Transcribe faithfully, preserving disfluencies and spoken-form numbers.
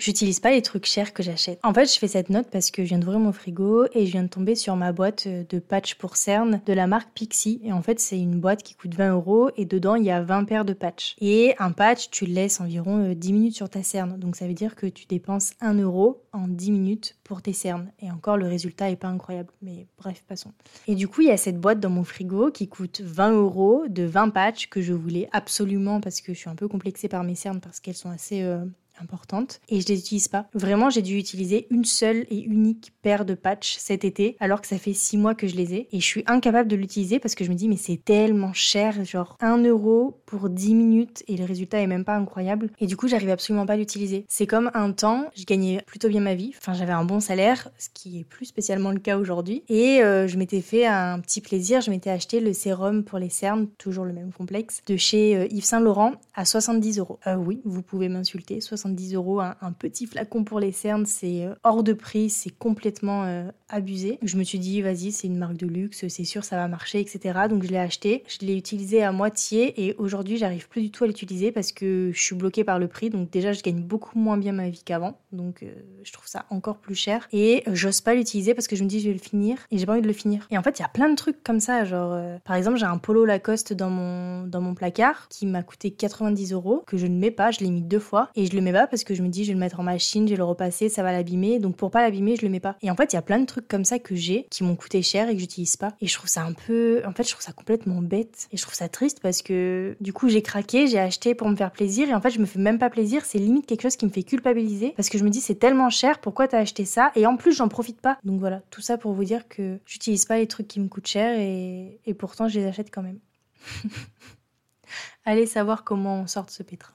J'utilise pas les trucs chers que j'achète. En fait, je fais cette note parce que je viens d'ouvrir mon frigo et je viens de tomber sur ma boîte de patchs pour cernes de la marque Pixi. Et en fait, c'est une boîte qui coûte vingt euros et dedans, il y a vingt paires de patchs. Et un patch, tu le laisses environ dix minutes sur ta cerne. Donc ça veut dire que tu dépenses un euro en dix minutes pour tes cernes. Et encore, le résultat est pas incroyable. Mais bref, passons. Et du coup, il y a cette boîte dans mon frigo qui coûte vingt euros de vingt patchs que je voulais absolument parce que je suis un peu complexée par mes cernes parce qu'elles sont assez... Euh, importante et je les utilise pas. Vraiment, j'ai dû utiliser une seule et unique paire de patchs cet été alors que ça fait six mois que je les ai et je suis incapable de l'utiliser parce que je me dis mais c'est tellement cher, genre un euro pour dix minutes et le résultat est même pas incroyable et du coup j'arrive absolument pas à l'utiliser. C'est comme un temps, je gagnais plutôt bien ma vie, enfin j'avais un bon salaire, ce qui est plus spécialement le cas aujourd'hui et euh, je m'étais fait un petit plaisir, je m'étais acheté le sérum pour les cernes, toujours le même complexe, de chez euh, Yves Saint Laurent à soixante-dix euros. Euh, oui, vous pouvez m'insulter, soixante-dix euros, un, un petit flacon pour les cernes, c'est hors de prix, c'est complètement euh, abusé. Je me suis dit, vas-y, c'est une marque de luxe, c'est sûr, ça va marcher, et cetera. Donc je l'ai acheté, je l'ai utilisé à moitié et aujourd'hui, j'arrive plus du tout à l'utiliser parce que je suis bloquée par le prix. Donc déjà, je gagne beaucoup moins bien ma vie qu'avant. Donc euh, je trouve ça encore plus cher. Et euh, j'ose pas l'utiliser parce que je me dis, je vais le finir et j'ai pas envie de le finir. Et en fait, il y a plein de trucs comme ça. Genre, euh, par exemple, j'ai un polo Lacoste dans mon, dans mon placard qui m'a coûté quatre-vingt-dix euros, que je ne mets pas, je l'ai mis deux fois et je le mets pas parce que je me dis je vais le mettre en machine, je vais le repasser, ça va l'abîmer, donc pour pas l'abîmer je le mets pas. Et en fait il y a plein de trucs comme ça que j'ai qui m'ont coûté cher et que j'utilise pas et je trouve ça un peu, en fait je trouve ça complètement bête et je trouve ça triste parce que du coup j'ai craqué, j'ai acheté pour me faire plaisir et en fait je me fais même pas plaisir, c'est limite quelque chose qui me fait culpabiliser parce que je me dis c'est tellement cher, pourquoi t'as acheté ça et en plus j'en profite pas. Donc voilà, tout ça pour vous dire que j'utilise pas les trucs qui me coûtent cher et, et pourtant je les achète quand même. Allez savoir comment on sort de ce pétrin.